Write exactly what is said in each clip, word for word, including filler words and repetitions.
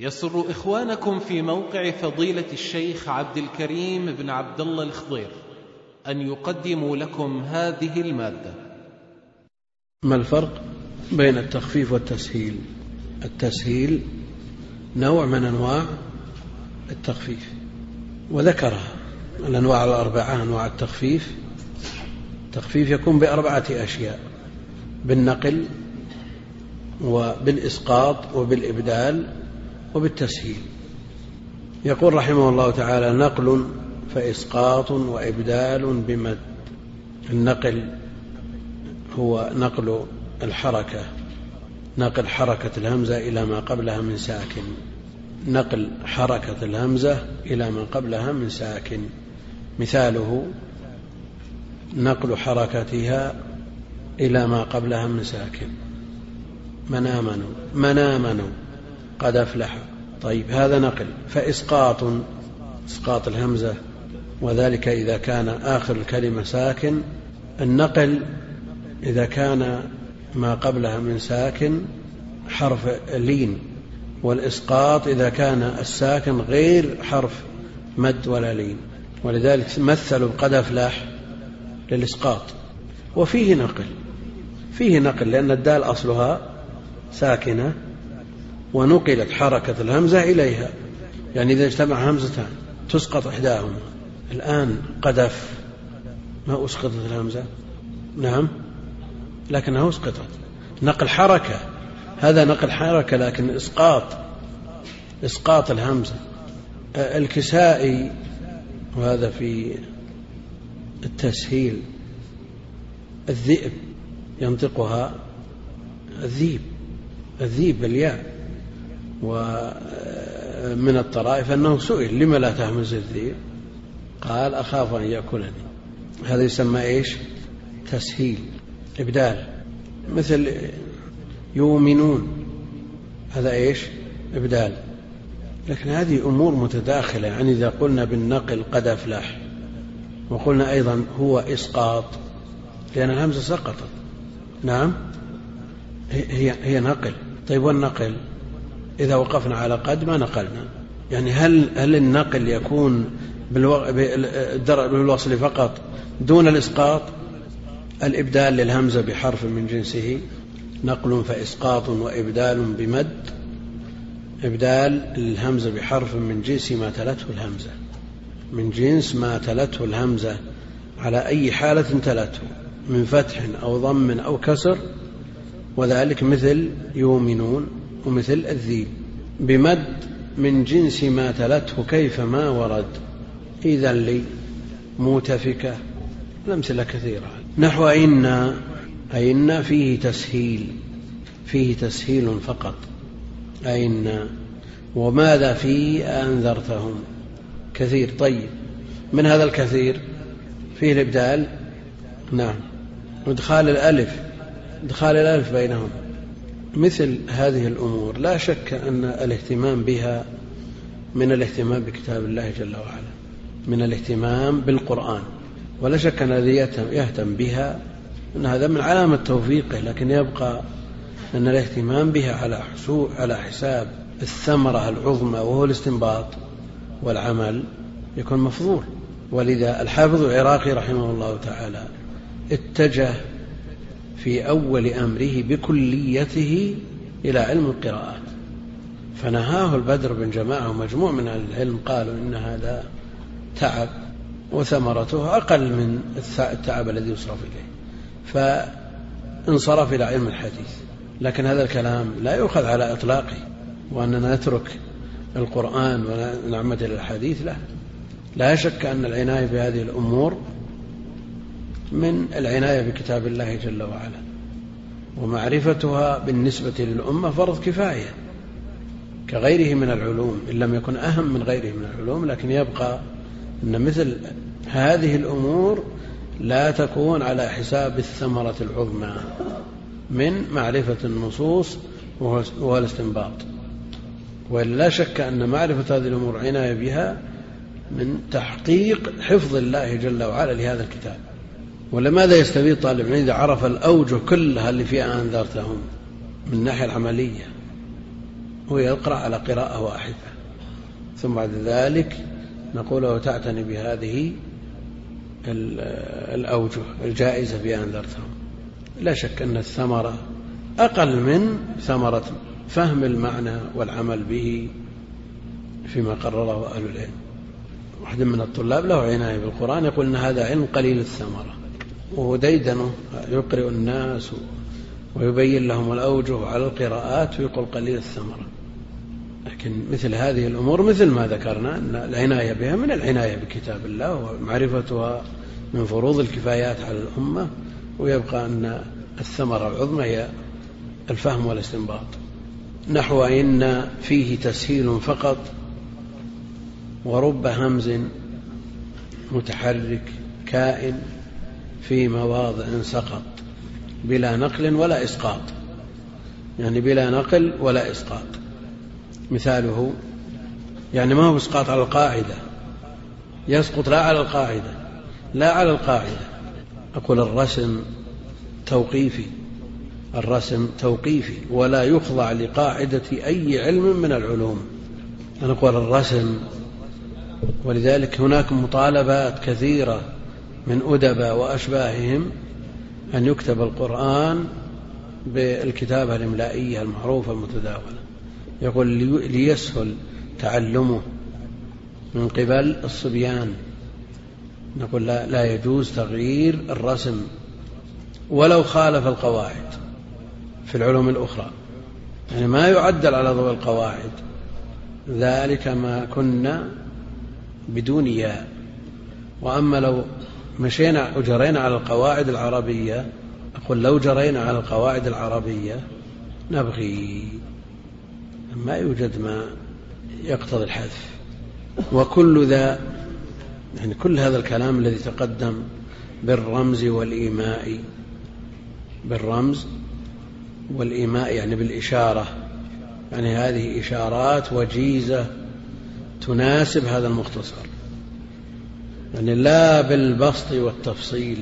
يسر إخوانكم في موقع فضيلة الشيخ عبد الكريم بن عبد الله الخضير أن يقدموا لكم هذه المادة. ما الفرق بين التخفيف والتسهيل؟ التسهيل نوع من أنواع التخفيف، وذكرها الأنواع الأربعة. أنواع التخفيف، التخفيف يكون بأربعة أشياء: بالنقل وبالإسقاط وبالإبدال وبالتسهيل. يقول رحمه الله تعالى: نقل فإسقاط وإبدال بمد. النقل هو نقل الحركة، نقل حركة الهمزة إلى ما قبلها من ساكن، نقل حركة الهمزة إلى ما قبلها من ساكن. مثاله: نقل حركتها إلى ما قبلها من ساكن. من آمنوا، من آمنوا قد أفلح. طيب، هذا نقل. فإسقاط، إسقاط الهمزة، وذلك إذا كان آخر الكلمة ساكن. النقل إذا كان ما قبلها من ساكن حرف لين، والإسقاط إذا كان الساكن غير حرف مد ولا لين. ولذلك مثلوا قد أفلح للإسقاط. وفيه نقل، فيه نقل لأن الدال أصلها ساكنة ونقلت حركة الهمزة إليها، يعني إذا اجتمع همزتان تسقط إحداهما. الآن قدف ما أسقطت الهمزة؟ نعم، لكنها أسقطت. نقل حركة، هذا نقل حركة، لكن إسقاط، إسقاط الهمزة. الكسائي، وهذا في التسهيل: الذئب ينطقها الذيب، الذيب بالياء. ومن الطرائف أنه سئل: لما لا تهمز الذيب؟ قال: أخاف أن يأكلني. هذا يسمى إيش؟ تسهيل، إبدال. مثل يؤمنون، هذا إيش؟ إبدال. لكن هذه أمور متداخلة، يعني إذا قلنا بالنقل قد أفلح وقلنا أيضا هو إسقاط لأن الهمزة سقطت، نعم هي هي نقل. طيب، والنقل إذا وقفنا على قد ما نقلنا، يعني هل هل النقل يكون بالوصل فقط دون الإسقاط؟ الإبدال للهمزة بحرف من جنسه: نقل فإسقاط وإبدال بمد. إبدال الهمزة بحرف من جنس ما تلته الهمزة، من جنس ما تلته الهمزة على أي حالة تلته، من فتح أو ضم أو كسر، وذلك مثل يؤمنون ومثل الذيب. بمد من جنس ما تلته كيفما ورد. إذا لي موتفكة، الأمثلة كثيرة. نحو إن، أين فيه تسهيل، فيه تسهيل فقط. أين وماذا في أنذرتهم، كثير. طيب، من هذا الكثير فيه الإبدال، نعم، وادخال الألف، ادخال الألف بينهم. مثل هذه الأمور لا شك أن الاهتمام بها من الاهتمام بكتاب الله جل وعلا، من الاهتمام بالقرآن، ولا شك أن الذي يهتم بها أن هذا من علامة توفيقه. لكن يبقى أن الاهتمام بها على على حساب الثمرة العظمى وهو الاستنباط والعمل يكون مفضول. ولذا الحافظ العراقي رحمه الله تعالى اتجه في أول أمره بكليته إلى علم القراءات، فنهاه البدر بن جماعة ومجموع من العلم، قالوا إن هذا تعب وثمرته أقل من التعب الذي يصرف إليه، فانصرف إلى علم الحديث. لكن هذا الكلام لا يؤخذ على إطلاقه، وأننا نترك القرآن ونعمد إلى الحديث. لا لا شك أن العناية بهذه الأمور من العناية بكتاب الله جل وعلا، ومعرفتها بالنسبة للأمة فرض كفاية كغيره من العلوم، إن لم يكن أهم من غيره من العلوم. لكن يبقى أن مثل هذه الأمور لا تكون على حساب الثمرة العظمى من معرفة النصوص والاستنباط. ولا شك أن معرفة هذه الأمور عناية بها من تحقيق حفظ الله جل وعلا لهذا الكتاب. ولماذا يستفيد طالب العلم إذا عرف الأوجه كلها اللي فيها أنذرتهم من الناحية العملية؟ ويقرأ على قراءة واحدة، ثم بعد ذلك نقول له تعتني بهذه الأوجه الجائزة بأن ذرتهم. لا شك أن الثمرة أقل من ثمرة فهم المعنى والعمل به فيما قرره أهل العلم. واحد من الطلاب له عناية بالقرآن يقول أن هذا علم قليل الثمرة، وديدنه يقرئ الناس ويبين لهم الأوجه على القراءات ويقول قليل الثمرة. لكن مثل هذه الأمور مثل ما ذكرنا أن العناية بها من العناية بكتاب الله ومعرفتها من فروض الكفايات على الأمة، ويبقى أن الثمرة العظمى هي الفهم والاستنباط. نحو إن فيه تسهيل فقط ورب همز متحرك كائن في مواضع سقط بلا نقل ولا إسقاط، يعني بلا نقل ولا إسقاط. مثاله يعني ما هو إسقاط على القاعدة، يسقط لا على القاعدة لا على القاعدة. أقول الرسم توقيفي، الرسم توقيفي ولا يخضع لقاعدة أي علم من العلوم. أنا أقول الرسم، ولذلك هناك مطالبات كثيرة من أدباء وأشباههم أن يكتب القرآن بالكتابة الإملائية المعروفة المتداولة. يقول ليسهل تعلمه من قبل الصبيان. نقول لا, لا يجوز تغيير الرسم ولو خالف القواعد في العلوم الأخرى، يعني ما يعدل على ضوء القواعد، ذلك ما كنا بدون ياء. وأما لو مشينا وجرينا على القواعد العربية، أقول لو جرينا على القواعد العربية نبغي، ما يوجد ما يقتضي الحذف. وكل ذا يعني كل هذا الكلام الذي تقدم بالرمز والإيماء، بالرمز والإيماء يعني بالإشارة، يعني هذه إشارات وجيزة تناسب هذا المختصر، يعني لا بالبسط والتفصيل،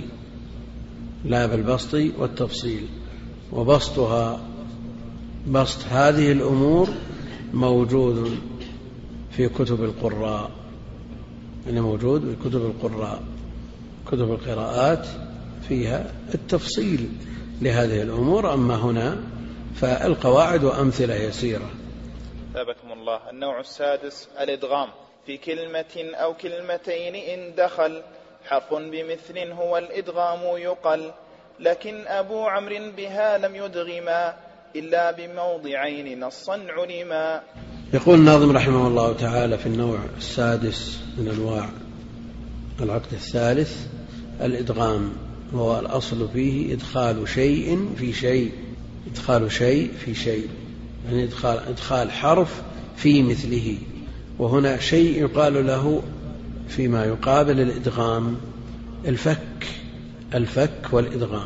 لا بالبسط والتفصيل. وبسطها بسط هذه الأمور موجود في كتب القراء، يعني موجود في كتب القراء، كتب القراءات فيها التفصيل لهذه الأمور. أما هنا فالقواعد وأمثلة يسيرة. ثابكم الله. النوع السادس الإدغام في كلمة أو كلمتين إن دخل حرف بمثل هو الإدغام يقل، لكن أبو عمرو بها لم يدغما إلا بموضعين نصا علما. يقول الناظم رحمه الله تعالى في النوع السادس من أنواع العقد الثالث الإدغام، وهو الأصل فيه إدخال شيء في شيء، إدخال شيء في شيء، يعني إدخال, إدخال حرف في مثله. وهنا شيء يقال له فيما يقابل الإدغام الفك، الفك والإدغام.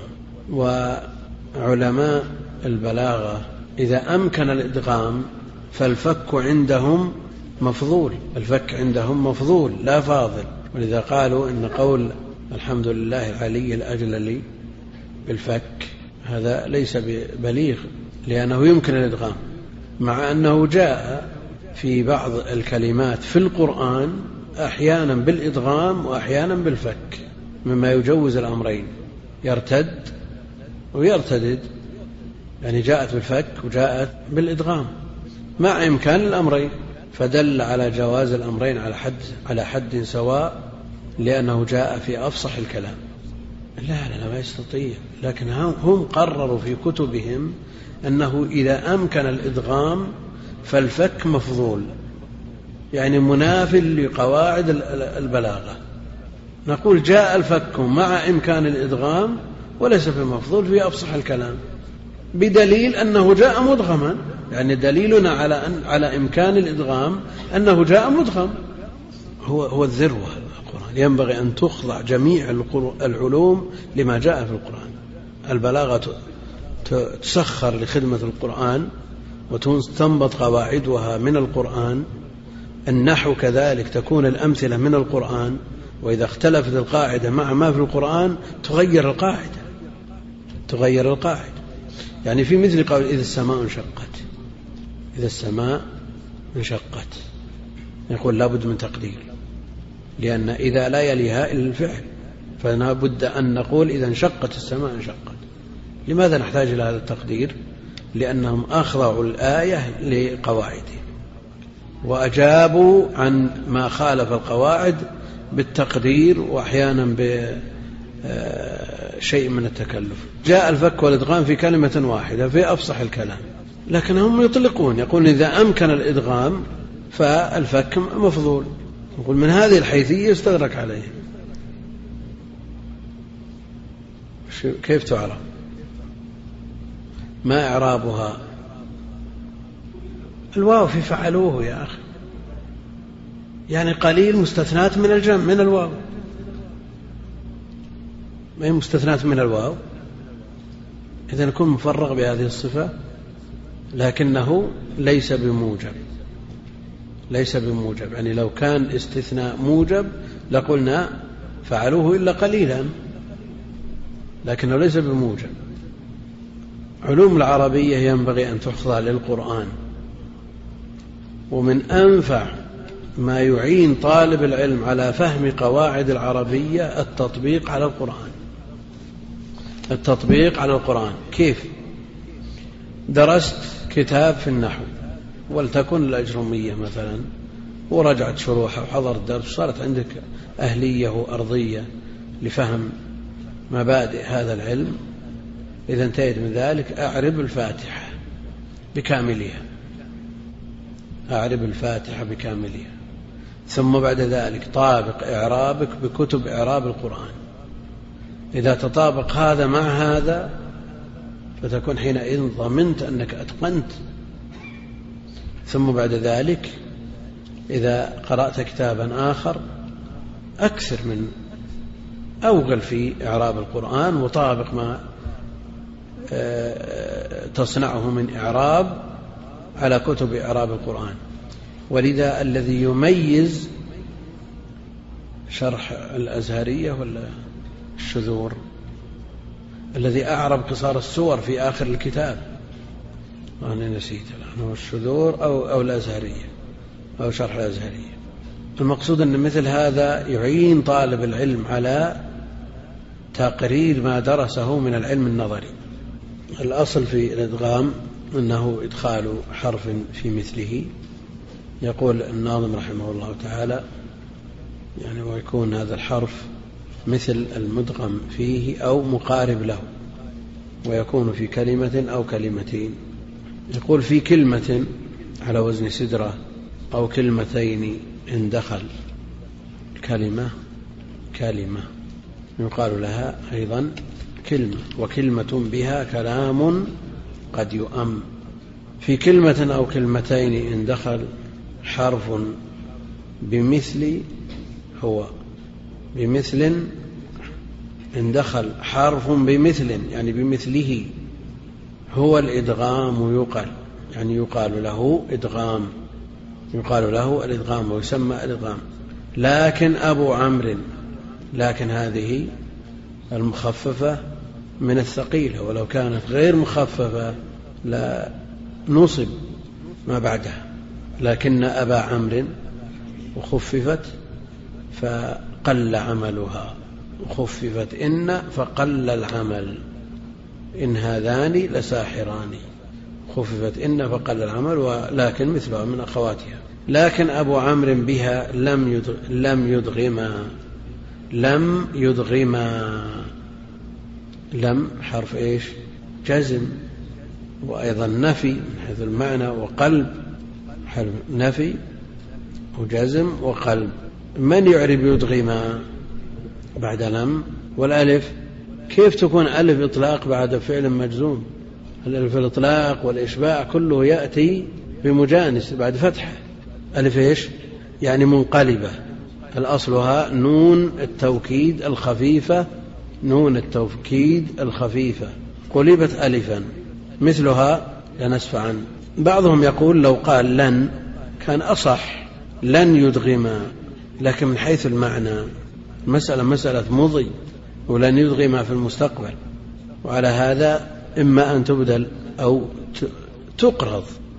وعلماء البلاغة إذا أمكن الإدغام فالفك عندهم مفضول، الفك عندهم مفضول لا فاضل. ولذا قالوا إن قول الحمد لله العلي الأجلل بالفك هذا ليس ببليغ، لأنه يمكن الإدغام، مع أنه جاء في بعض الكلمات في القرآن أحيانا بالإدغام وأحيانا بالفك، مما يجوز الأمرين، يرتد ويرتدد، يعني جاءت بالفك وجاءت بالإدغام مع إمكان الأمرين، فدل على جواز الأمرين على حد على حد سواء، لأنه جاء في أفصح الكلام. لا لا ما يستطيع، لكن هم قرروا في كتبهم أنه إذا أمكن الإدغام فالفك مفضول، يعني مناف لقواعد البلاغة. نقول جاء الفك مع إمكان الإدغام وليس بمفضول في أفصح الكلام، بدليل أنه جاء مدغما، يعني دليلنا على أن على إمكان الإدغام أنه جاء مدغم. هو هو الذروة القرآن، ينبغي أن تخضع جميع العلوم لما جاء في القرآن. البلاغة تسخر لخدمة القرآن وتنبط قواعدها من القرآن، النحو كذلك تكون الأمثلة من القرآن، وإذا اختلفت القاعدة مع ما في القرآن تغير القاعدة، تغير القاعدة. يعني في مثل قول إذا السماء انشقت، إذا السماء انشقت يقول لا بد من تقدير، لأن إذا لا يليها إلا الفعل فلا بد أن نقول إذا انشقت السماء انشقت. لماذا نحتاج إلى هذا التقدير؟ لأنهم أخضعوا الآية لقواعده وأجابوا عن ما خالف القواعد بالتقدير وأحيانا بشيء من التكلف. جاء الفك والإدغام في كلمة واحدة في أفصح الكلام، لكنهم يطلقون يقول إذا أمكن الإدغام فالفك مفضول، يقول من هذه الحيثية يستدرك عليه. كيف تعرف؟ ما إعرابها؟ الواو في فعلوه يا أخي، يعني قليل مستثنات من الجمع من الواو، ما هي مستثنات من الواو، إذن يكون مفرغ بهذه الصفة، لكنه ليس بموجب، ليس بموجب، يعني لو كان استثناء موجب لقلنا فعلوه إلا قليلا، لكنه ليس بموجب. علوم العربية ينبغي أن تخضع للقرآن، ومن أنفع ما يعين طالب العلم على فهم قواعد العربية التطبيق على القرآن. التطبيق على القرآن كيف؟ درست كتاب في النحو ولتكن الأجرمية مثلا ورجعت شروحه وحضرت درس، صارت عندك أهلية وأرضية لفهم مبادئ هذا العلم. إذا انتهيت من ذلك أعرب الفاتحة بكاملها، أعرب الفاتحة بكاملها، ثم بعد ذلك طابق إعرابك بكتب إعراب القرآن. إذا تطابق هذا مع هذا فتكون حينئذ ضمنت أنك أتقنت. ثم بعد ذلك إذا قرأت كتابا آخر أكثر من أوغل في إعراب القرآن وطابق ما تصنعه من إعراب على كتب إعراب القرآن. ولذا الذي يميز شرح الأزهرية ولا الشذور الذي أعرب قصار السور في آخر الكتاب، أنا نسيت الآن، هو الشذور أو, أو الأزهرية أو شرح الأزهرية. المقصود أن مثل هذا يعين طالب العلم على تقرير ما درسه من العلم النظري. الأصل في الإدغام أنه إدخال حرف في مثله. يقول الناظم رحمه الله تعالى يعني ويكون هذا الحرف مثل المدغم فيه أو مقارب له، ويكون في كلمة أو كلمتين. يقول في كلمة على وزن سدرة أو كلمتين إن دخل كلمة كلمة يقال لها أيضا كلمة، وكلمة بها كلام قد يؤم. في كلمة أو كلمتين إن دخل حرف بمثل هو بمثل إن دخل حرف بمثل يعني بمثله هو الإدغام يقال، يعني يقال له إدغام، يقال له الإدغام ويسمى الإدغام. لكن أبو عمرو، لكن هذه المخففة من الثقيلة، ولو كانت غير مخففة لا نصب ما بعدها، لكن أبا عمرو وخففت فقل عملها، وخففت إن فقل العمل، إن هذان لساحران، خففت إن فقل العمل، ولكن مثلها من أخواتها. لكن أبو عمرو بها لم لم يدغما، لم يدغما، لم حرف إيش؟ جزم، وأيضا نفي من حيث المعنى، وقلب حرف نفي وجزم وقلب. من يعرب يدغما بعد لم؟ والألف كيف تكون ألف إطلاق بعد فعل مجزوم؟ الألف الإطلاق والإشباع كله يأتي بمجانس بعد فتحة. ألف إيش؟ يعني منقلبة، الأصلها نون التوكيد الخفيفة، نون التوكيد الخفيفة قلبت ألفا، مثلها لا نسف عنه. بعضهم يقول لو قال لن كان أصح، لن يدغما، لكن من حيث المعنى مسألة مسألة مضي، ولن يدغما في المستقبل، وعلى هذا إما أن تبدل أو تقرض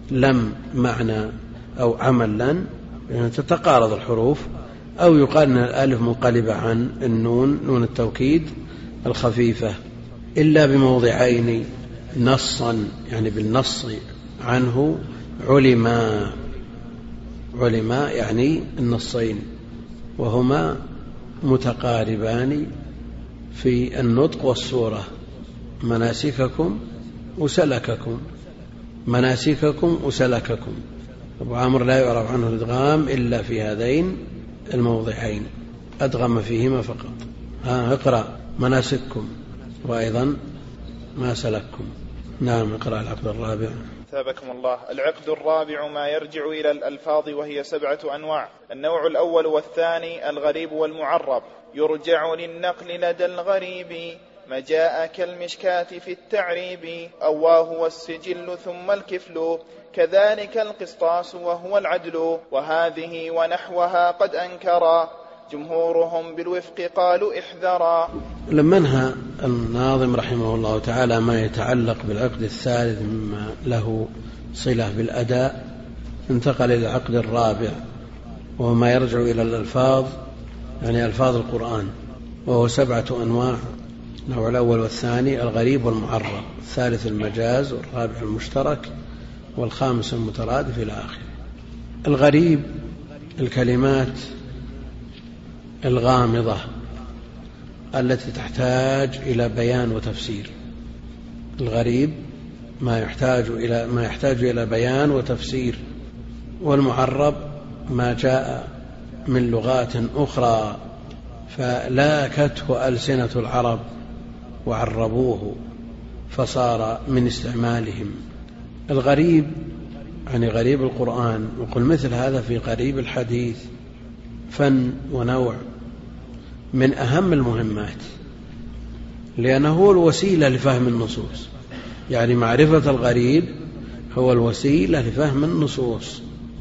لم معنى أو عمل لن يعني تتقارض الحروف، أو يقال أن الألف منقلبة عن النون نون التوكيد الخفيفة، إلا بموضعين نصا يعني بالنص عنه علما علما يعني النصين، وهما متقاربان في النطق والصورة: مناسككم وسلككم، مناسككم وسلككم. أبو عمرو لا يعرف عنه الإدغام إلا في هذين الموضعين، أدغم فيهما فقط. ها اقرأ مناسككم وأيضا ما سلككم. نعم اقرأ العقد الرابع. ثابكم الله. العقد الرابع ما يرجع إلى الألفاظ وهي سبعة أنواع. النوع الأول والثاني الغريب والمعرب. يرجع للنقل لدى الغريب ما جاء كالمشكاة في التعريب، أواه والسجل ثم الكفل، كذلك القسطاس وهو العدل، وهذه ونحوها قد أنكرا جمهورهم بالوفق قالوا احذرا. لما انهى الناظم رحمه الله تعالى ما يتعلق بالعقد الثالث مما له صلة بالأداء، انتقل إلى العقد الرابع وهو ما يرجع إلى الألفاظ يعني ألفاظ القرآن، وهو سبعة أنواع. النوع الأول والثاني الغريب والمعرب، الثالث المجاز، والرابع المشترك، والخامس المترادف إلى آخره. الغريب الكلمات الغامضة التي تحتاج إلى بيان وتفسير. الغريب ما يحتاج إلى ما يحتاج إلى بيان وتفسير. والمعرب ما جاء من لغات أخرى فلاكته ألسنة العرب وعربوه فصار من استعمالهم. الغريب يعني غريب القرآن، وقل مثل هذا في غريب الحديث فن ونوع من أهم المهمات، لأنه هو الوسيلة لفهم النصوص، يعني معرفة الغريب هو الوسيلة لفهم النصوص.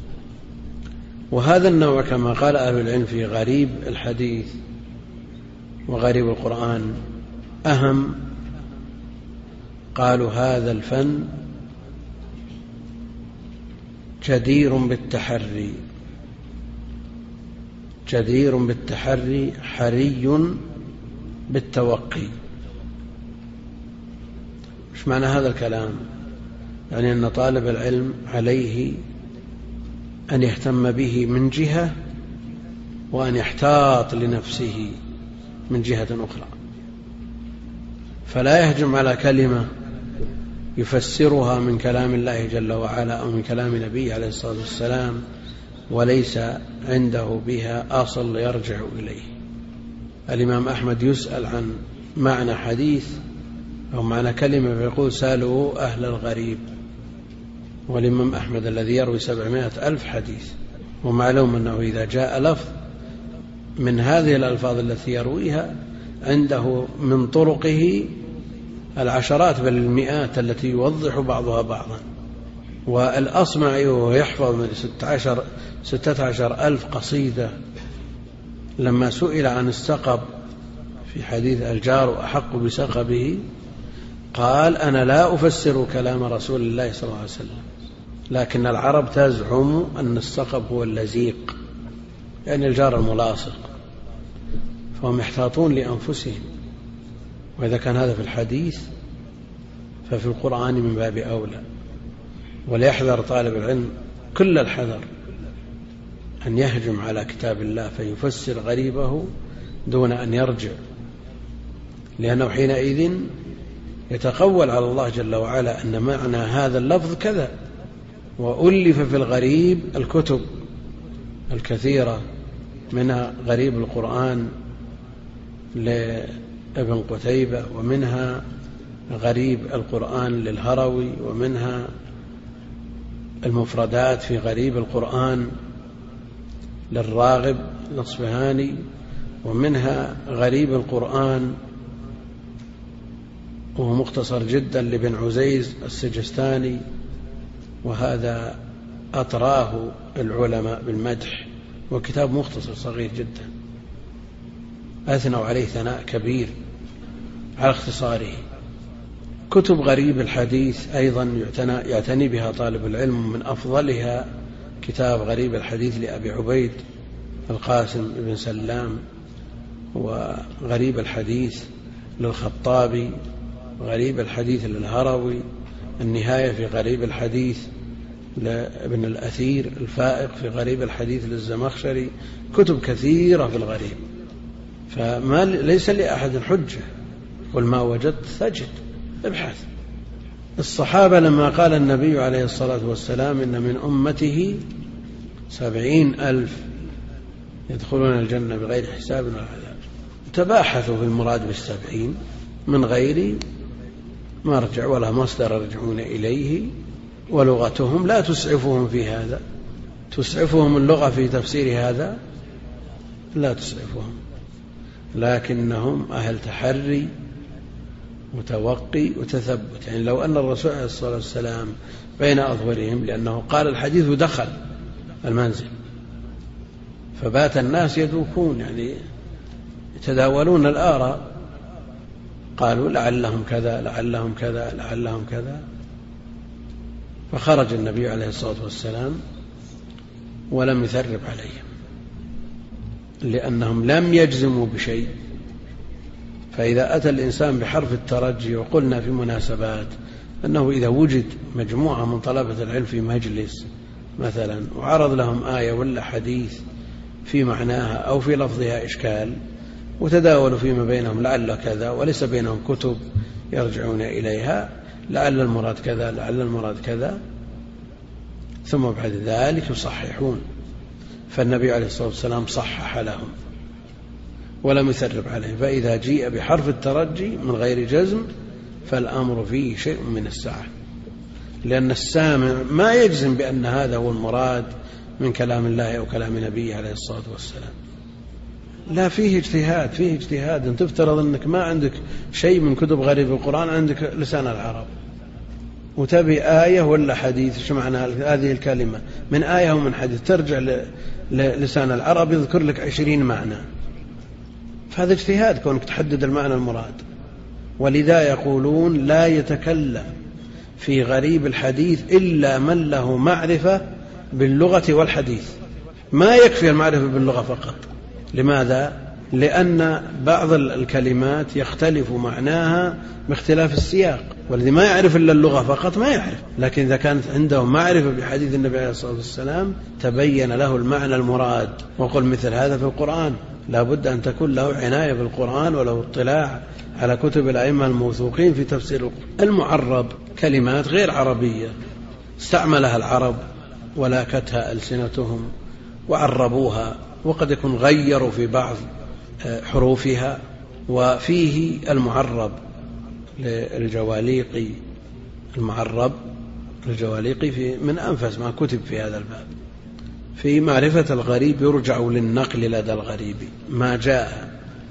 وهذا النوع كما قال أهل العلم في غريب الحديث وغريب القرآن أهم. قالوا هذا الفن جدير بالتحري، جدير بالتحري حري بالتوقي. مش معنى هذا الكلام؟ يعني أن طالب العلم عليه أن يهتم به من جهة وأن يحتاط لنفسه من جهة أخرى، فلا يهجم على كلمة يفسرها من كلام الله جل وعلا أو من كلام نبيه عليه الصلاة والسلام وليس عنده بها أصل يرجع إليه. الإمام أحمد يسأل عن معنى حديث أو معنى كلمة فيقول سألوا أهل الغريب، والإمام أحمد الذي يروي سبعمائة ألف حديث، ومعلوم أنه إذا جاء لفظ من هذه الألفاظ التي يرويها عنده من طرقه العشرات بل المئات التي يوضح بعضها بعضا. والأصمعي وهو يحفظ من ستة عشر ألف قصيدة لما سئل عن السقب في حديث الجار أحق بسقبه قال أنا لا أفسر كلام رسول الله صلى الله عليه وسلم، لكن العرب تزعم أن السقب هو اللزيق يعني الجار الملاصق، فهم يحتاطون لأنفسهم. وإذا كان هذا في الحديث ففي القرآن من باب أولى. وليحذر طالب العلم كل الحذر أن يهجم على كتاب الله فيفسر غريبه دون أن يرجع، لأنه حينئذ يتقول على الله جل وعلا أن معنى هذا اللفظ كذا. وألف في الغريب الكتب الكثيرة، منها غريب القرآن لابن قتيبة، ومنها غريب القرآن للهروي، ومنها المفردات في غريب القرآن للراغب الأصفهاني، ومنها غريب القرآن وهو مختصر جدا لابن عزيز السجستاني، وهذا أطراه العلماء بالمدح، وكتاب مختصر صغير جدا أثنوا عليه ثناء كبير على اختصاره. كتب غريب الحديث أيضا يعتنى, يعتني بها طالب العلم. من أفضلها كتاب غريب الحديث لأبي عبيد القاسم بن سلام، وغريب الحديث للخطابي، غريب الحديث للهروي، النهاية في غريب الحديث لابن الأثير، الفائق في غريب الحديث للزمخشري. كتب كثيرة في الغريب، فما ليس لأحد حجة، قل ما وجدت تجد، ابحث. الصحابة لما قال النبي عليه الصلاة والسلام إن من أمته سبعين ألف يدخلون الجنة بغير حساب ولا عذاب، تباحثوا في المراد بالسبعين من غير مرجع ولا مصدر يرجعون إليه، ولغتهم لا تسعفهم في هذا. تسعفهم اللغة في تفسير هذا؟ لا تسعفهم، لكنهم أهل تحري وتوقي وتثبت. يعني لو أن الرسول عليه الصلاة والسلام بين أظهرهم، لأنه قال الحديث دخل المنزل، فبات الناس يدوكون يعني يتداولون الآراء، قالوا لعلهم كذا لعلهم كذا لعلهم كذا، فخرج النبي عليه الصلاة والسلام ولم يثرب عليهم، لأنهم لم يجزموا بشيء. فإذا أتى الإنسان بحرف الترجي، وقلنا في مناسبات أنه إذا وجد مجموعة من طلبة العلم في مجلس مثلا وعرض لهم آية ولا حديث في معناها أو في لفظها إشكال، وتداولوا فيما بينهم لعل كذا، وليس بينهم كتب يرجعون إليها، لعل المراد كذا لعل المراد كذا، ثم بعد ذلك يصححون. فالنبي عليه الصلاة والسلام صحح لهم ولم يثرب عليهم. فإذا جيء بحرف الترجي من غير جزم فالأمر فيه شيء من السعة، لأن السامع ما يجزم بأن هذا هو المراد من كلام الله أو كلام نبيه عليه الصلاة والسلام. لا، فيه اجتهاد، فيه اجتهاد. أن تفترض أنك ما عندك شيء من كتب غريب القرآن، عندك لسان العرب، وتبي آية ولا حديث شو معنى هذه الكلمة من آية ومن حديث، ترجع للسان العرب يذكر لك عشرين معنى. فهذا اجتهاد كونك تحدد المعنى المراد. ولذا يقولون لا يتكلم في غريب الحديث إلا من له معرفة باللغة والحديث. ما يكفي المعرفة باللغة فقط. لماذا؟ لأن بعض الكلمات يختلف معناها باختلاف السياق، والذي ما يعرف إلا اللغة فقط ما يعرف. لكن إذا كانت عنده معرفة بحديث النبي عليه الصلاة والسلام تبين له المعنى المراد. وقل مثل هذا في القرآن، لا بد أن تكون له عناية بالقرآن وله اطلاع على كتب الأئمة الموثوقين في تفسير القرآن. المعرب كلمات غير عربية استعملها العرب ولاكتها ألسنتهم وعربوها، وقد يكون غيروا في بعض حروفها. وفيه المعرب للجواليقي، المعرب للجواليقي في من أنفس ما كتب في هذا الباب. في معرفة الغريب يرجع للنقل لدى الغريب، ما جاء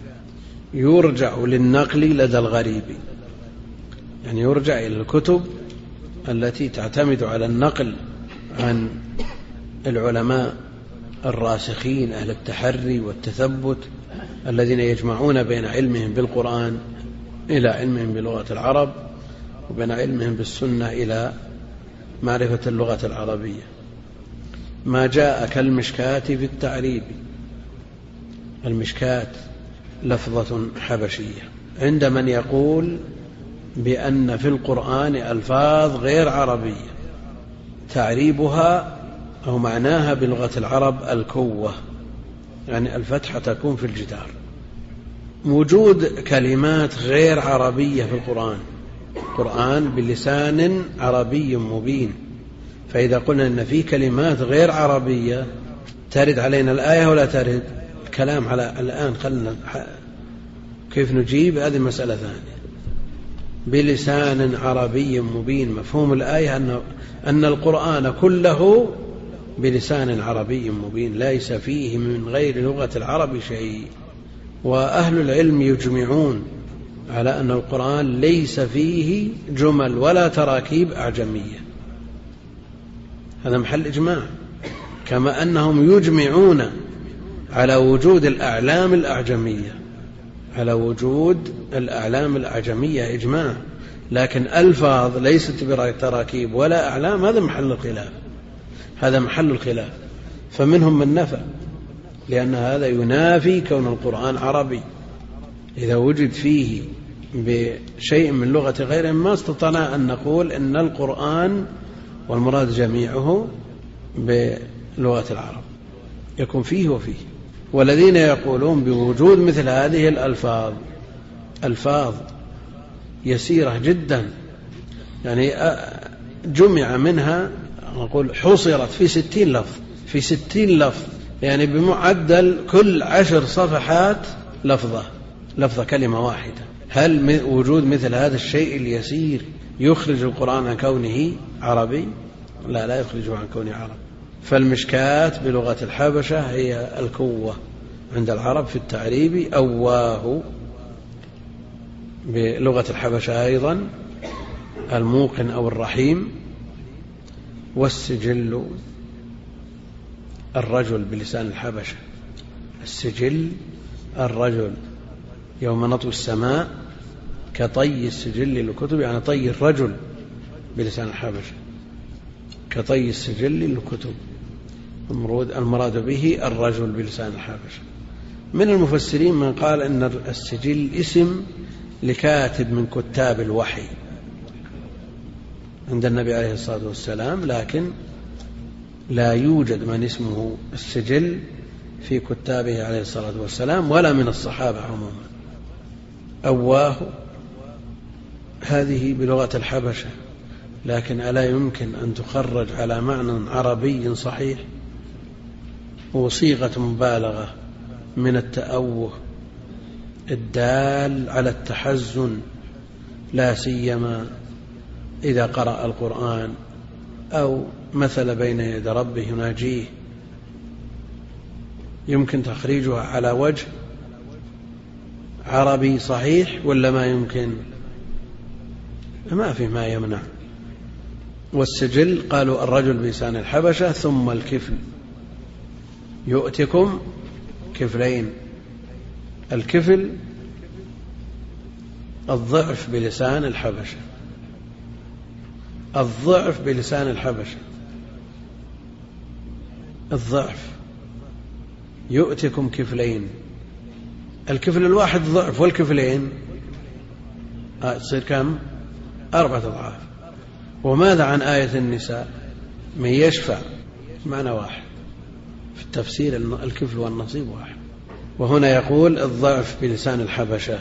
يرجع للنقل لدى الغريب، يعني يرجع إلى الكتب التي تعتمد على النقل عن العلماء الراسخين أهل التحري والتثبت الذين يجمعون بين علمهم بالقرآن إلى علمهم بلغة العرب، وبين علمهم بالسنة إلى معرفة اللغة العربية. ما جاء كالمشكاة في التعريب. المشكاة لفظة حبشية عند من يقول بأن في القرآن ألفاظ غير عربية تعريبها أو معناها بلغة العرب الكوة، يعني الفتحة تكون في الجدار. وجود كلمات غير عربية في القرآن، القرآن بلسان عربي مبين. فإذا قلنا أن في كلمات غير عربية ترد علينا الآية ولا ترد؟ الكلام على الآن خلنا كيف نجيب هذه مسألة ثانية. بلسان عربي مبين، مفهوم الآية أن أن القرآن كله بلسان عربي مبين ليس فيه من غير لغة العرب شيء. وأهل العلم يجمعون على أن القرآن ليس فيه جمل ولا تراكيب أعجمية، هذا محل إجماع. كما أنهم يجمعون على وجود الأعلام الأعجمية، على وجود الأعلام الأعجمية إجماع. لكن ألفاظ ليست بتراكيب ولا أعلام هذا محل الخلاف، هذا محل الخلاف. فمنهم من نفى، لأن هذا ينافي كون القرآن عربي. إذا وجد فيه بشيء من لغة غيره ما استطعنا أن نقول إن القرآن والمراد جميعه بلغة العرب، يكون فيه وفيه. والذين يقولون بوجود مثل هذه الألفاظ، ألفاظ يسيرة جدا، يعني جمع منها نقول حصرت في ستين لفظ، في ستين لفظ، يعني بمعدل كل عشر صفحات لفظة، لفظة كلمة واحدة. هل وجود مثل هذا الشيء اليسير يخرج القرآن عن كونه عربي؟ لا، لا يخرجه عن كونه عربي. فالمشكات بلغة الحبشة هي الكوة عند العرب في التعريب، أواه بلغة الحبشة أيضا الموقن أو الرحيم. والسجل الرجل بلسان الحبشة، السجل الرجل، يوم نطوي السماء كطي السجل للكتب، يعني طي الرجل بلسان الحبشة كطي السجل للكتب، المراد به الرجل بلسان الحبشة. من المفسرين من قال إن السجل اسم لكاتب من كتاب الوحي عند النبي عليه الصلاة والسلام، لكن لا يوجد من اسمه السجل في كتابه عليه الصلاة والسلام ولا من الصحابة عموما. أواه هذه بلغة الحبشة، لكن ألا يمكن أن تخرج على معنى عربي صحيح؟ وصيغة مبالغة من التأوه الدال على التحزن، لا سيما إذا قرأ القرآن أو مثل بين يدي ربه يناجيه. يمكن تخريجها على وجه عربي صحيح ولا ما يمكن؟ ما في ما يمنع. والسجل قالوا الرجل بلسان الحبشة، ثم الكفل يؤتكم كفلين. الكفل الضعف بلسان الحبشة، الضعف بلسان الحبشة، الضعف يؤتكم كفلين. الكفل الواحد ضعف، والكفلين تصير كم؟ أربعة أضعاف. وماذا عن آية النساء؟ من يشفع معنى واحد في التفسير، الكفل والنصيب واحد. وهنا يقول الضعف بلسان الحبشة.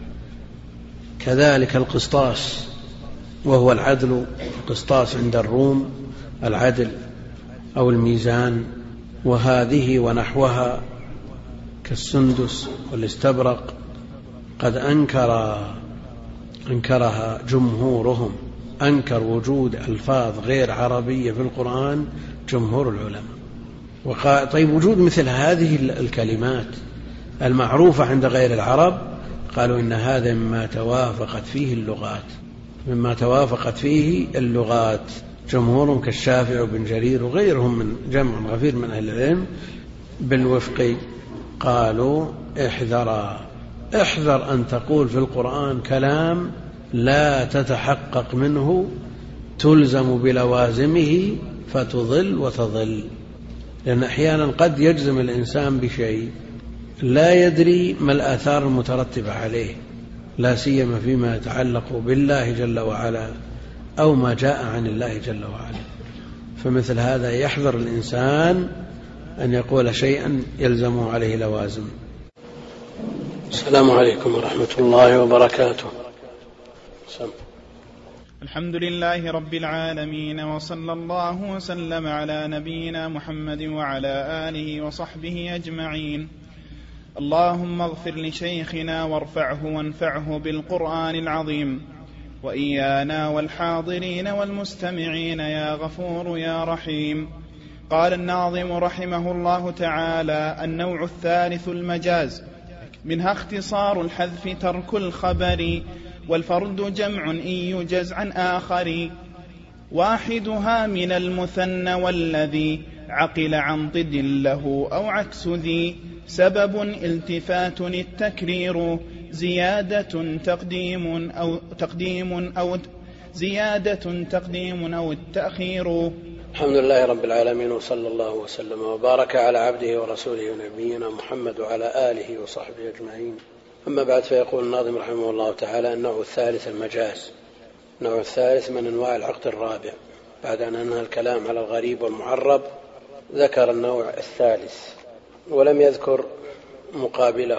كذلك القسطاس وهو العدل، القسطاس عند الروم العدل أو الميزان، وهذه ونحوها كالسندس والاستبرق قد أنكر أنكرها جمهورهم، أنكر وجود ألفاظ غير عربية في القرآن جمهور العلماء. وقال طيب وجود مثل هذه الكلمات المعروفة عند غير العرب، قالوا إن هذا مما توافقت فيه اللغات، مما توافقت فيه اللغات. جمهورهم كالشافعي وابن جرير وغيرهم من جمع غفير من أهل العلم بالوفق قالوا احذر احذر أن تقول في القرآن كلام لا تتحقق منه تلزم بلوازمه فتضل وتضل. لأن أحيانا قد يجزم الإنسان بشيء لا يدري ما الآثار المترتبة عليه، لا سيما فيما يتعلق بالله جل وعلا أو ما جاء عن الله جل وعلا. فمثل هذا يحذر الإنسان أن يقول شيئا يلزمه عليه لوازم. السلام عليكم ورحمة الله وبركاته. سم. الحمد لله رب العالمين، وصلى الله وسلم على نبينا محمد وعلى آله وصحبه أجمعين. اللهم اغفر لشيخنا وارفعه وانفعه بالقرآن العظيم، وإيانا والحاضرين والمستمعين يا غفور يا رحيم. قال الناظم رحمه الله تعالى: النوع الثالث المجاز، منها اختصار الحذف ترك الخبر، والفرد جمع إن يجز عن آخر، واحدها من المثنى والذي عقل عن ضد له أو عكس ذي، سبب التفات التكرير زيادة تقديم أو تقديم أو زيادة تقديم أو التأخير. الحمد لله رب العالمين، وصلى الله وسلم وبارك على عبده ورسوله ونبينا محمد وعلى آله وصحبه أجمعين. أما بعد، فيقول الناظم رحمه الله تعالى: النوع الثالث المجاز. النوع الثالث من أنواع العقد الرابع. بعد أن أنهى الكلام على الغريب والمعرب ذكر النوع الثالث ولم يذكر مقابله.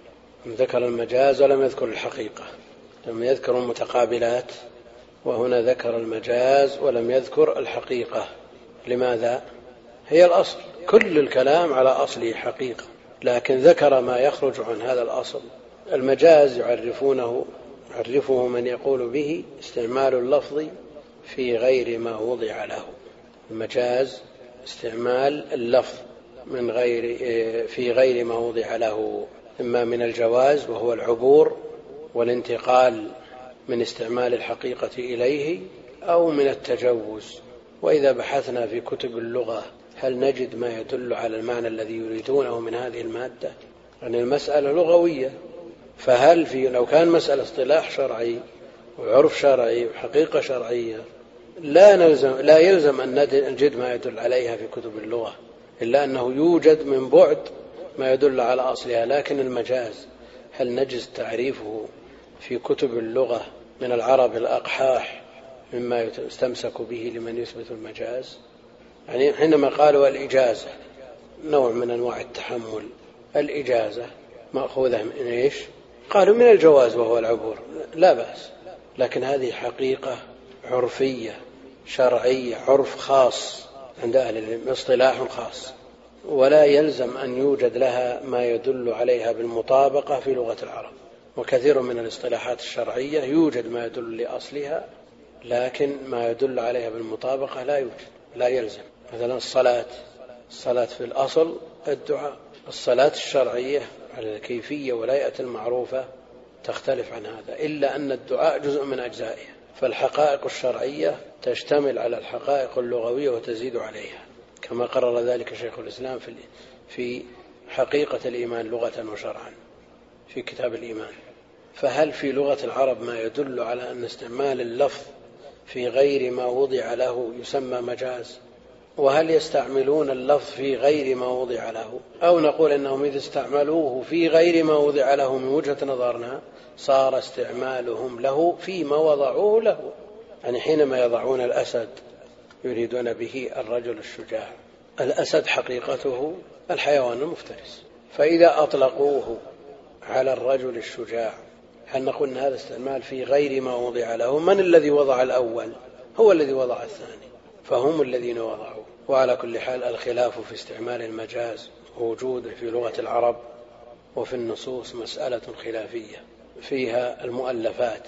ذكر المجاز ولم يذكر الحقيقة، لم يذكر المتقابلات، وهنا ذكر المجاز ولم يذكر الحقيقة. لماذا؟ هي الأصل، كل الكلام على أصله حقيقة، لكن ذكر ما يخرج عن هذا الأصل. المجاز يعرفونه يعرفه من يقول به استعمال اللفظ في غير ما وضع له. المجاز استعمال اللفظ من غير في غير ما وضع له، إما من الجواز وهو العبور والانتقال من استعمال الحقيقة إليه، أو من التجوز. وإذا بحثنا في كتب اللغة هل نجد ما يدل على المعنى الذي يريدونه من هذه المادة؟ يعني المسألة لغوية، فهل في لو كان مسألة اصطلاح شرعي وعرف شرعي وحقيقة شرعية لا نلزم لا يلزم أن نجد ما يدل عليها في كتب اللغة، إلا أنه يوجد من بعد ما يدل على أصلها. لكن المجاز هل نجد تعريفه في كتب اللغة من العرب الأقحاح مما يستمسك به لمن يثبت المجاز؟ يعني حينما قالوا الإجازة نوع من أنواع التحمل، الإجازة مأخوذة من إيش؟ قالوا من الجواز وهو العبور، لا بأس، لكن هذه حقيقة عرفية شرعية، عرف خاص عند أهل العلم، اصطلاح خاص، ولا يلزم أن يوجد لها ما يدل عليها بالمطابقة في لغة العرب. وكثير من الاصطلاحات الشرعية يوجد ما يدل لأصلها، لكن ما يدل عليها بالمطابقة لا يوجد، لا يلزم. مثلا الصلاة الصلاة في الأصل الدعاء، الصلاة الشرعية على الكيفية والهيئة المعروفة تختلف عن هذا، إلا أن الدعاء جزء من أجزائها، فالحقائق الشرعية تشتمل على الحقائق اللغوية وتزيد عليها، كما قرر ذلك شيخ الإسلام في في حقيقة الإيمان لغة وشرعا في كتاب الإيمان. فهل في لغة العرب ما يدل على أن استعمال اللفظ في غير ما وضع له يسمى مجاز؟ وهل يستعملون اللفظ في غير ما وضع له؟ أو نقول إنهم إذا استعملوه في غير ما وضع له من وجهة نظرنا صار استعمالهم له فيما وضعوه له. يعني حينما يضعون الأسد يريدون به الرجل الشجاع، الأسد حقيقته الحيوان المفترس، فإذا أطلقوه على الرجل الشجاع هل نقول أن هذا استعمال في غير ما وضع له؟ من الذي وضع الأول؟ هو الذي وضع الثاني، فهم الذين وضعوه. وعلى كل حال الخلاف في استعمال المجاز ووجوده في لغة العرب وفي النصوص مسألة خلافية، فيها المؤلفات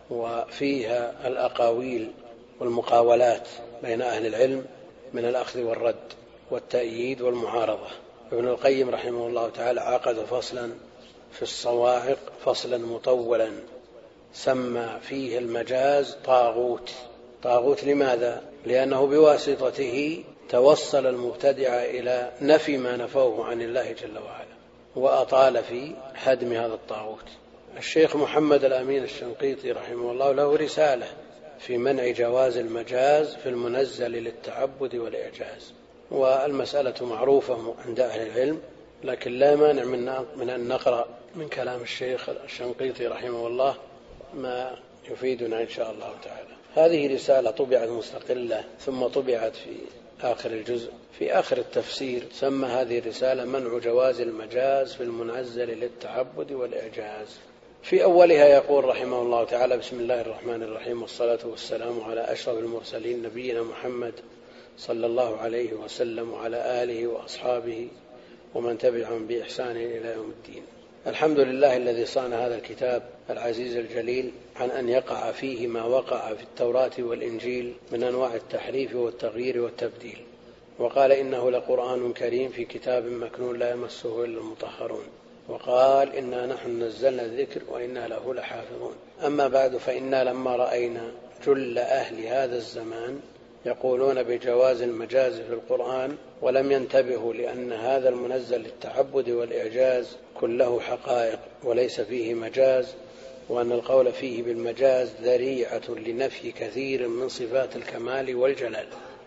وفيها الأقاويل والمقاولات بين أهل العلم من الأخذ والرد والتأييد والمعارضة. ابن القيم رحمه الله تعالى عقد فصلا في الصواعق، فصلا مطولا سمى فيه المجاز طاغوت. طاغوت لماذا؟ لأنه بواسطته توصل المبتدع إلى نفي ما نفوه عن الله جل وعلا، وأطال في هدم هذا الطاغوت. الشيخ محمد الأمين الشنقيطي رحمه الله له رسالة في منع جواز المجاز في المنزل للتعبد والإعجاز، والمسألة معروفة عند أهل العلم، لكن لا مانع من أن نقرأ من كلام الشيخ الشنقيطي رحمه الله ما يفيدنا إن شاء الله تعالى. هذه رسالة طبعت مستقلة ثم طبعت في آخر الجزء في آخر التفسير، سمى هذه الرسالة منع جواز المجاز في المنزل للتعبد والإعجاز. في أولها يقول رحمه الله تعالى: بسم الله الرحمن الرحيم، والصلاة والسلام على أشرف المرسلين نبينا محمد صلى الله عليه وسلم وعلى آله وأصحابه ومن تبعهم بإحسان إلى يوم الدين. الحمد لله الذي صان هذا الكتاب العزيز الجليل عن أن يقع فيه ما وقع في التوراة والإنجيل من أنواع التحريف والتغيير والتبديل، وقال إنه لقرآن كريم في كتاب مكنون لا يمسه إلا المطهرون، وقال إنا نحن نزلنا الذكر وإنا له لحافظون. أما بعد، فإنا لما رأينا جل أهل هذا الزمان يقولون بجواز المجاز في القرآن ولم ينتبهوا لأن هذا المنزل للتعبد والإعجاز كله حقائق وليس فيه مجاز، وأن القول فيه بالمجاز ذريعة لنفي كثير من صفات الكمال والجلال،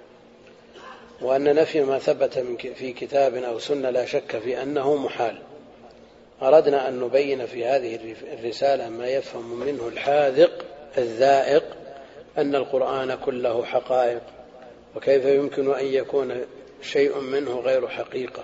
وأن نفي ما ثبت في كتاب أو سنة لا شك في أنه محال. أردنا أن نبين في هذه الرسالة ما يفهم منه الحاذق الذائق أن القرآن كله حقائق، وكيف يمكن أن يكون شيء منه غير حقيقة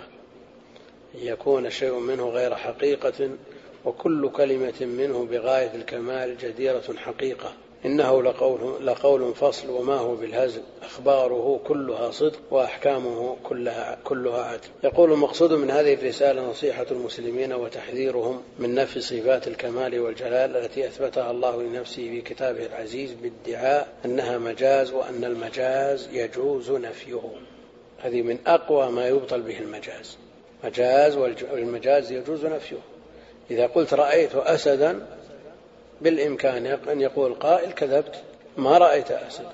يكون شيء منه غير حقيقة وكل كلمة منه بغاية الكمال جديرة حقيقة. إنه لقول, لقول فصل وما هو بالهزل، أخباره كلها صدق وأحكامه كلها, كلها عدل. يقول المقصود من هذه الرسالة نصيحة المسلمين وتحذيرهم من نفي صفات الكمال والجلال التي أثبتها الله لنفسه في كتابه العزيز بادعاء أنها مجاز، وأن المجاز يجوز نفيه. هذه من أقوى ما يبطل به المجاز، مجاز والمجاز يجوز نفيه. إذا قلت رأيت أسدا بالإمكان أن يقول قائل كذبت، ما رأيت أسدا،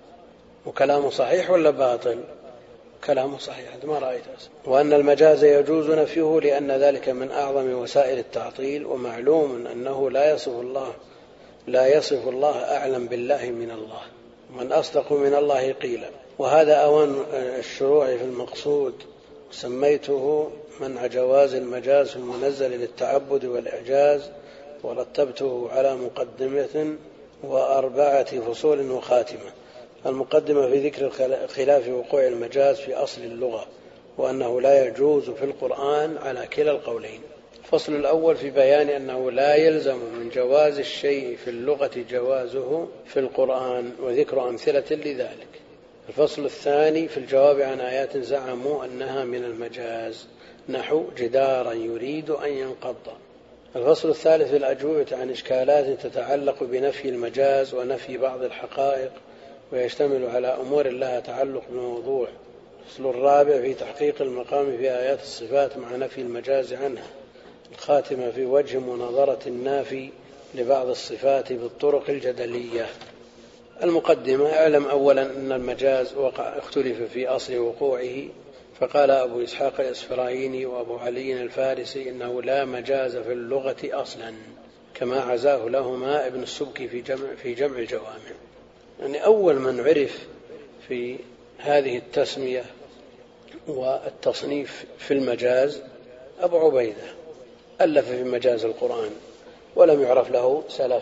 وكلامه صحيح ولا باطل؟ كلامه صحيح، ما رأيت أسدا. وأن المجاز يجوز نفيه لأن ذلك من أعظم وسائل التعطيل، ومعلوم أنه لا يصف الله لا يصف الله أعلم بالله من الله، من أصدق من الله قيلا. وهذا أوان الشروع في المقصود، سميته منع جواز المجاز في المنزل للتعبد والإعجاز، ورتبته على مقدمة وأربعة فصول وخاتمة. المقدمة في ذكر خلاف وقوع المجاز في أصل اللغة، وأنه لا يجوز في القرآن على كلا القولين. الفصل الأول في بيان أنه لا يلزم من جواز الشيء في اللغة جوازه في القرآن، وذكر أمثلة لذلك. الفصل الثاني في الجواب عن آيات زعموا أنها من المجاز، نحو جدارا يريد أن ينقض. الفصل الثالث في الأجوبة عن إشكالات تتعلق بنفي المجاز ونفي بعض الحقائق، ويشتمل على أمور لها تعلق بالموضوع. الفصل الرابع في تحقيق المقام في آيات الصفات مع نفي المجاز عنها. الخاتمة في وجه مناظرة النافي لبعض الصفات بالطرق الجدلية. المقدمة: اعلم أولا أن المجاز وقع اختلف في أصل وقوعه، فقال أبو إسحاق الإسفرايني وأبو علي الفارسي إنه لا مجاز في اللغة أصلا، كما عزاه لهما ابن السبكي في جمع, في جمع الجوامع. يعني أول من عرف في هذه التسمية والتصنيف في المجاز أبو عبيدة، ألف في مجاز القرآن ولم يعرف له سلف.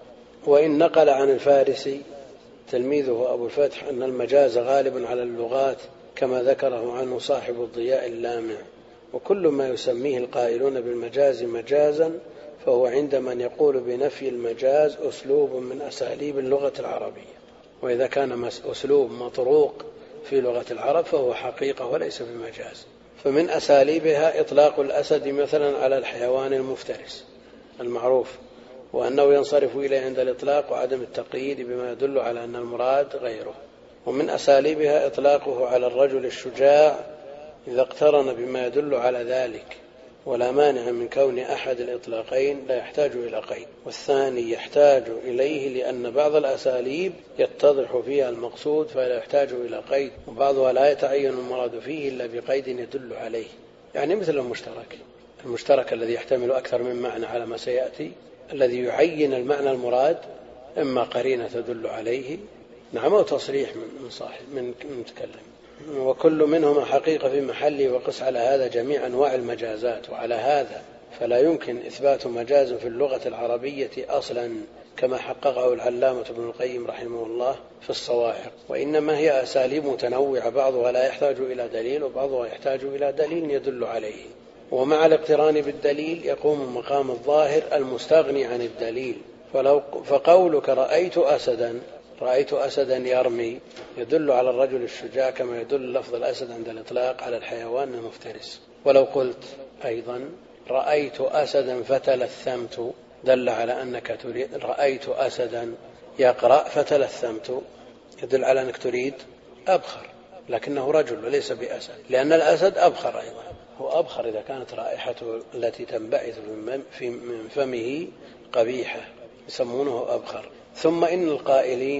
وإن نقل عن الفارسي تلميذه أبو الفتح أن المجاز غالب على اللغات، كما ذكره عنه صاحب الضياء اللامع. وكل ما يسميه القائلون بالمجاز مجازا فهو عند من يقول بنفي المجاز أسلوب من أساليب اللغة العربية، وإذا كان أسلوب مطروق في لغة العرب فهو حقيقة وليس بمجاز. فمن أساليبها إطلاق الأسد مثلا على الحيوان المفترس المعروف، وأنه ينصرف إليه عند الإطلاق وعدم التقييد بما يدل على أن المراد غيره. ومن أساليبها إطلاقه على الرجل الشجاع إذا اقترن بما يدل على ذلك، ولا مانع من كون أحد الإطلاقين لا يحتاج إلى قيد، والثاني يحتاج إليه لأن بعض الأساليب يتضح فيها المقصود فلا يحتاج إلى قيد، وبعضها لا يتعين المراد فيه إلا بقيد يدل عليه. يعني مثل المشترك المشترك الذي يحتمل أكثر من معنى على ما سيأتي، الذي يعين المعنى المراد إما قرينة تدل عليه، نعم، أو تصريح من صاحب من متكلم، وكل منهما حقيقة في محله. وقس على هذا جميع أنواع المجازات، وعلى هذا فلا يمكن إثبات مجاز في اللغة العربية أصلا، كما حققه العلامة ابن القيم رحمه الله في الصواعق. وإنما هي أساليب متنوعة، بعضها لا يحتاج إلى دليل وبعضها يحتاج إلى دليل يدل عليه، ومع الاقتران بالدليل يقوم مقام الظاهر المستغني عن الدليل. فلو فقولك رأيت أسدا رأيت أسدا يرمي يدل على الرجل الشجاع، كما يدل لفظ الأسد عند الإطلاق على الحيوان المفترس. ولو قلت أيضا رأيت أسدا فتلثمت دل على أنك تريد رأيت أسدا يقرأ فتلثمت، يدل على أنك تريد أبخر، لكنه رجل وليس بأسد، لأن الأسد أبخر أيضا، هو أبخر إذا كانت رائحته التي تنبعث من فمه قبيحة يسمونه أبخر. ثم إن القائلين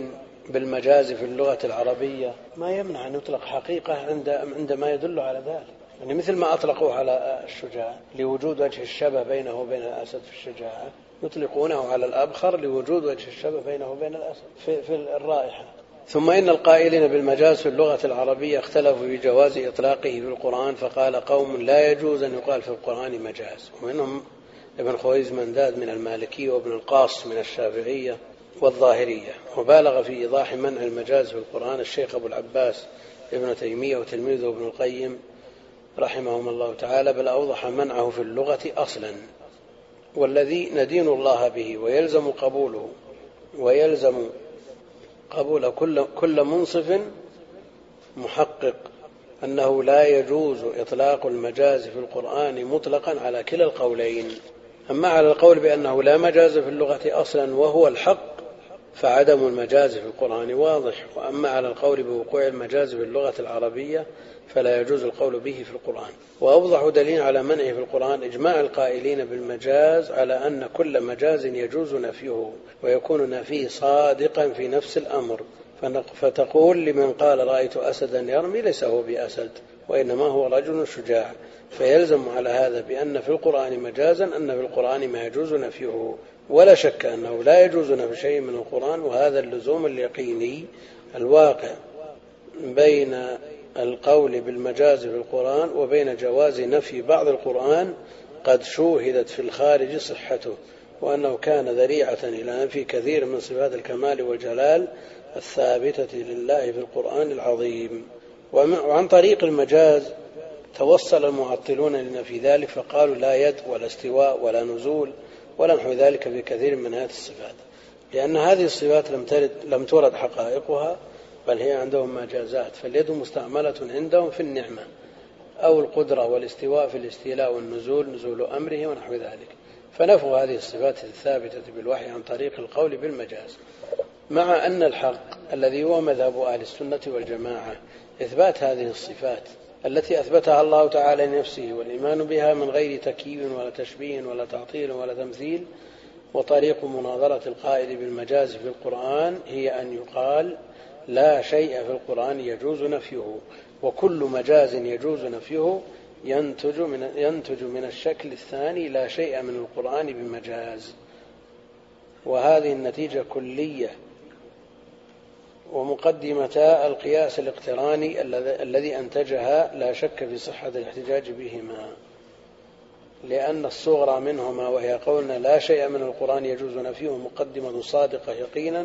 بالمجاز في اللغة العربية ما يمنع أن يطلق حقيقة عند عندما يدل على ذلك، يعني مثل ما أطلقوه على الشجاع لوجود وجه الشبه بينه وبين الأسد في الشجاعة، يطلقونه على الأبخر لوجود وجه الشبه بينه وبين الأسد في, في الرائحة. ثم إن القائلين بالمجاز في اللغة العربية اختلفوا في جواز إطلاقه في القرآن، فقال قوم لا يجوز أن يقال في القرآن مجاز، ومنهم ابن خويزمنداد من المالكية وابن القاص من الشافعية والظاهرية. وبالغ في إيضاح منع المجاز في القرآن الشيخ أبو العباس ابن تيمية وتلميذه ابن القيم رحمهم الله تعالى، بل أوضح منعه في اللغة أصلا، والذي ندين الله به ويلزم قبوله ويلزم قبول كل, كل منصف محقق أنه لا يجوز إطلاق المجاز في القرآن مطلقا على كلا القولين. أما على القول بأنه لا مجاز في اللغة أصلا وهو الحق فعدم المجاز في القرآن واضح، وأما على القول بوقوع المجاز في اللغة العربية فلا يجوز القول به في القرآن. وأوضح دليل على منعه في القرآن إجماع القائلين بالمجاز على أن كل مجاز يجوز نفيه ويكون نفيه صادقا في نفس الأمر، فتقول لمن قال رأيت أسدا يرمي ليس هو بأسد وإنما هو رجل شجاع، فيلزم على هذا بأن في القرآن مجازا أن في القرآن ما يجوز نفيه، ولا شك أنه لا يجوز نفي شيء من القرآن. وهذا اللزوم اليقيني الواقع بين القول بالمجاز في القرآن وبين جواز نفي بعض القرآن قد شوهدت في الخارج صحته، وأنه كان ذريعة إلى نفي كثير من صفات الكمال والجلال الثابتة لله في القرآن العظيم. وعن طريق المجاز توصل المعطلون لنفي ذلك، فقالوا لا يد ولا استواء ولا نزول ولا نحو ذلك في كثير من هذه الصفات، لأن هذه الصفات لم ترد, لم ترد حقائقها، بل هي عندهم مجازات، فاليد مستعملة عندهم في النعمة، أو القدرة والاستواء في الاستيلاء والنزول نزول أمره ونحو ذلك، فنفوا هذه الصفات الثابتة بالوحي عن طريق القول بالمجاز. مع أن الحق الذي هو مذهب أهل السنة والجماعة إثبات هذه الصفات التي أثبتها الله تعالى لنفسه والإيمان بها من غير تكييف ولا تشبيه ولا تعطيل ولا تمثيل. وطريق مناظرة القائل بالمجاز في القرآن هي أن يقال لا شيء في القرآن يجوز نفيه، وكل مجاز يجوز نفيه ينتج من, ينتج من الشكل الثاني لا شيء من القرآن بمجاز. وهذه النتيجة كلية ومقدمتا القياس الاقتراني الذي أنتجها لا شك في صحة الاحتجاج بهما، لأن الصغرى منهما وهي قولنا لا شيء من القرآن يجوز نفيه مقدمة صادقة يقينا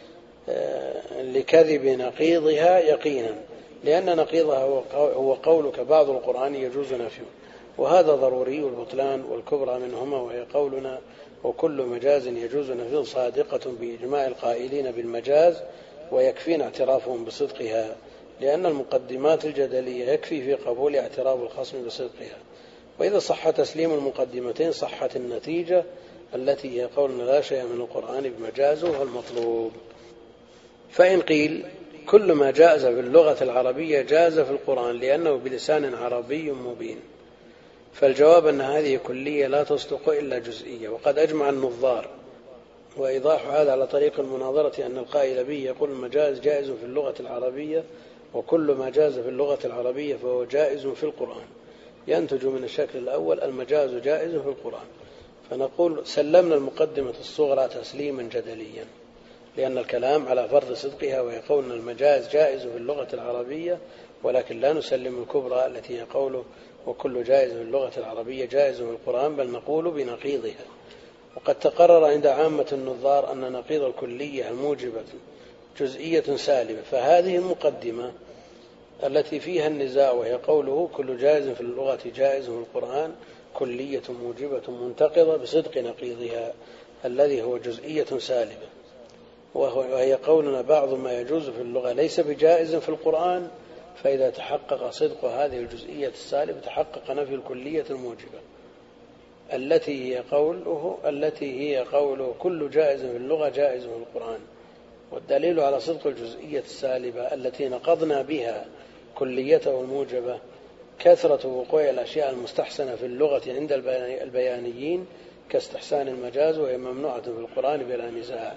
لكذب نقيضها يقينا، لأن نقيضها هو قولك بعض القرآن يجوز نفيه، وهذا ضروري البطلان. والكبرى منهما وهي قولنا وكل مجاز يجوز نفيه صادقة بإجماع القائلين بالمجاز، ويكفينا اعترافهم بصدقها، لأن المقدمات الجدلية يكفي في قبول اعتراف الخصم بصدقها. وإذا صح تسليم المقدمتين صحت النتيجة التي هي قولنا لا شيء من القرآن بمجازه المطلوب. فإن قيل كل ما جاز في اللغة العربية جاز في القرآن لأنه بلسان عربي مبين، فالجواب أن هذه كلية لا تصدق إلا جزئية. وقد أجمع النظار وإيضاح هذا على طريق المناظرة أن القائل به يقول المجاز جائز في اللغة العربية، وكل ما جاز في اللغة العربية فهو جائز في القرآن، ينتج من الشكل الأول المجاز جائز في القرآن. فنقول سلمنا المقدمة الصغرى تسليما جدليا، لأن الكلام على فرض صدقها ويقولنا المجاز جائز في اللغة العربية، ولكن لا نسلم الكبرى التي هي قوله وكل جائز في اللغة العربية جائز في القرآن، بل نقول بنقيضها. وقد تقرر عند عامة النظار أن نقيض الكلية الموجبة جزئية سالبة، فهذه المقدمة التي فيها النزاع وهي قوله كل جائز في اللغة جائز في القرآن كلية موجبة منتقضة بصدق نقيضها الذي هو جزئية سالبة، وهي قولنا بعض ما يجوز في اللغة ليس بجائز في القرآن، فإذا تحقق صدق هذه الجزئية السالبة تحقق نفي الكلية الموجبة التي هي قوله التي هي قوله كل جائز في اللغة جائز في القرآن. والدليل على صدق الجزئية السالبة التي نقضنا بها كليته الموجبة كثرة وقوع الأشياء المستحسنة في اللغة عند البيانيين كاستحسان المجاز، وهي ممنوعة في القرآن بلا نزاع،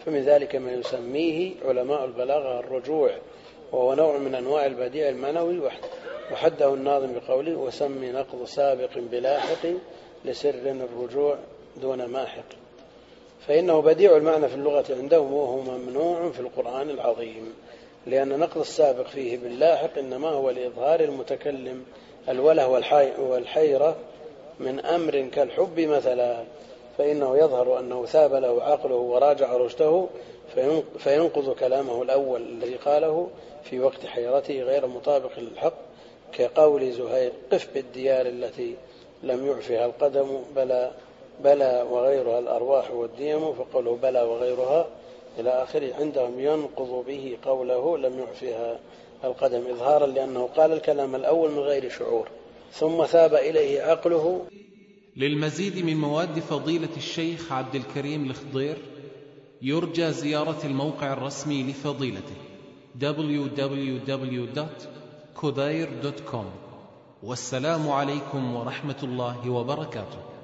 فمن ذلك ما يسميه علماء البلاغة الرجوع، وهو نوع من أنواع البديع المعنوي، وحده الناظم بقوله وسمي نقض سابق بلاحق لسر الرجوع دون ماحق، فإنه بديع المعنى في اللغة عندهم وهو ممنوع في القرآن العظيم، لأن نقض السابق فيه باللاحق إنما هو لإظهار المتكلم الوله والحيرة من أمر كالحب مثلا، فإنه يظهر أنه ثاب له عقله وراجع رشده فينقض كلامه الأول الذي قاله في وقت حيرته غير مطابق للحق، كقول زهير قف بالديار التي لم يعفها القدم بلى بلى وغيرها الأرواح والديم، فقوله بلى وغيرها إلى آخره عندهم ينقض به قوله لم يعفها القدم إظهارا لأنه قال الكلام الأول من غير شعور ثم ثاب إليه عقله. للمزيد من مواد فضيلة الشيخ عبد الكريم الخضير يرجى زيارة الموقع الرسمي لفضيلته دبليو دبليو دبليو دوت كوداير دوت كوم. والسلام عليكم ورحمة الله وبركاته.